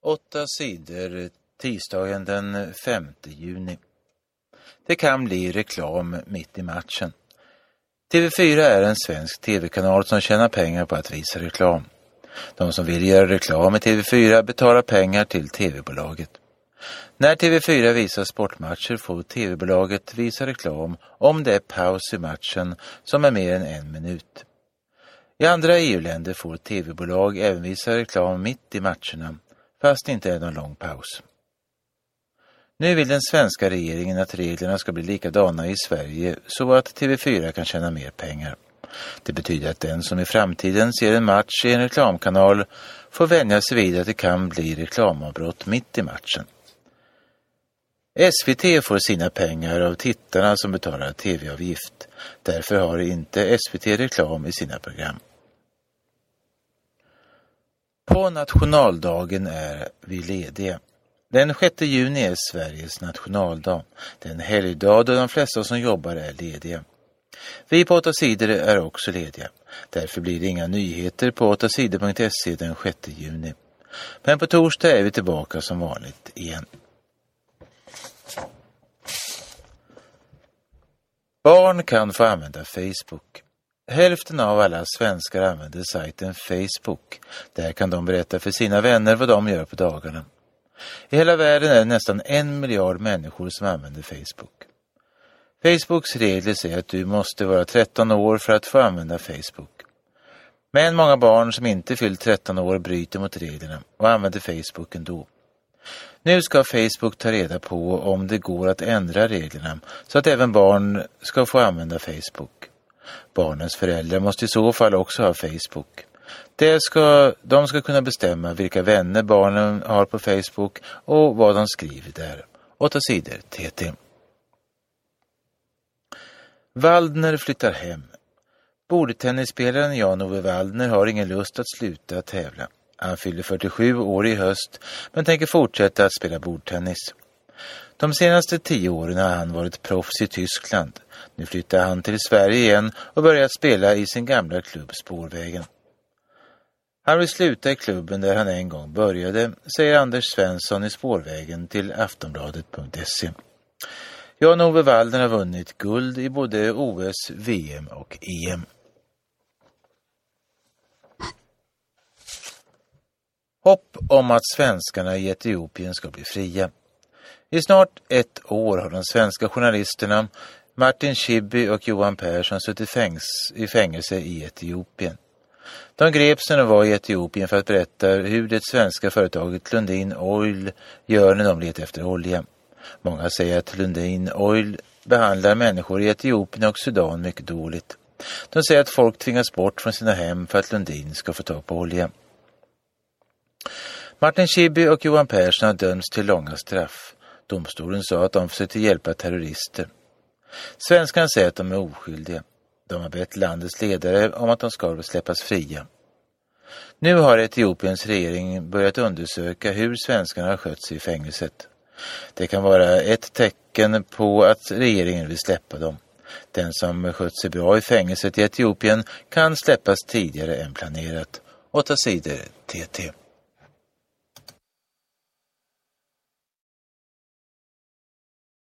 8 sidor tisdagen den 5 juni. Det kan bli reklam mitt i matchen. TV4 är en svensk tv-kanal som tjänar pengar på att visa reklam. De som vill göra reklam i TV4 betalar pengar till tv-bolaget. När TV4 visar sportmatcher får tv-bolaget visa reklam om det är paus i matchen som är mer än 1 minut. I andra EU-länder får tv-bolag även visa reklam mitt i matcherna, fast det inte är någon lång paus. Nu vill den svenska regeringen att reglerna ska bli likadana i Sverige så att TV4 kan tjäna mer pengar. Det betyder att den som i framtiden ser en match i en reklamkanal får vänja sig vid att det kan bli reklamavbrott mitt i matchen. SVT får sina pengar av tittarna som betalar tv-avgift. Därför har inte SVT reklam i sina program. På nationaldagen är vi lediga. Den 6 juni är Sveriges nationaldag. Det är en helgdag då de flesta som jobbar är lediga. Vi på 8 sidor är också lediga. Därför blir det inga nyheter på 8sidor.se den 6 juni. Men på torsdag är vi tillbaka som vanligt igen. Barn kan få använda Facebook. Hälften av alla svenskar använder sajten Facebook. Där kan de berätta för sina vänner vad de gör på dagarna. I hela världen är det nästan 1 miljard människor som använder Facebook. Facebooks regler säger att du måste vara 13 år för att få använda Facebook. Men många barn som inte fyllt 13 år bryter mot reglerna och använder Facebook ändå. Nu ska Facebook ta reda på om det går att ändra reglerna så att även barn ska få använda Facebook. Barnens föräldrar måste i så fall också ha Facebook. De ska kunna bestämma vilka vänner barnen har på Facebook och vad de skriver där. 8 sidor TT. Waldner flyttar hem. Bordtennisspelaren Jan-Ove Waldner har ingen lust att sluta tävla. Han fyller 47 år i höst men tänker fortsätta att spela bordtennis. De senaste 10 åren har han varit proffs i Tyskland. Nu flyttar han till Sverige igen och börjar spela i sin gamla klubb Spårvägen. Han vill sluta i klubben där han en gång började, säger Anders Svensson i Spårvägen till Aftonbladet.se. Jan-Ove Waldner har vunnit guld i både OS, VM och EM. Hopp om att svenskarna i Etiopien ska bli fria. I snart 1 år har de svenska journalisterna Martin Schibbye och Johan Persson suttit i fängelse i Etiopien. De greps när de var i Etiopien för att berätta hur det svenska företaget Lundin Oil gör när de letar efter olja. Många säger att Lundin Oil behandlar människor i Etiopien och Sudan mycket dåligt. De säger att folk tvingas bort från sina hem för att Lundin ska få tag på olja. Martin Schibbye och Johan Persson har dömts till långa straff. Domstolen sa att de försökte hjälpa terrorister. Svenskarna säger att de är oskyldiga. De har bett landets ledare om att de ska släppas fria. Nu har Etiopiens regering börjat undersöka hur svenskarna har skött sig i fängelset. Det kan vara ett tecken på att regeringen vill släppa dem. Den som skött sig bra i fängelset i Etiopien kan släppas tidigare än planerat. 8 sidor TT.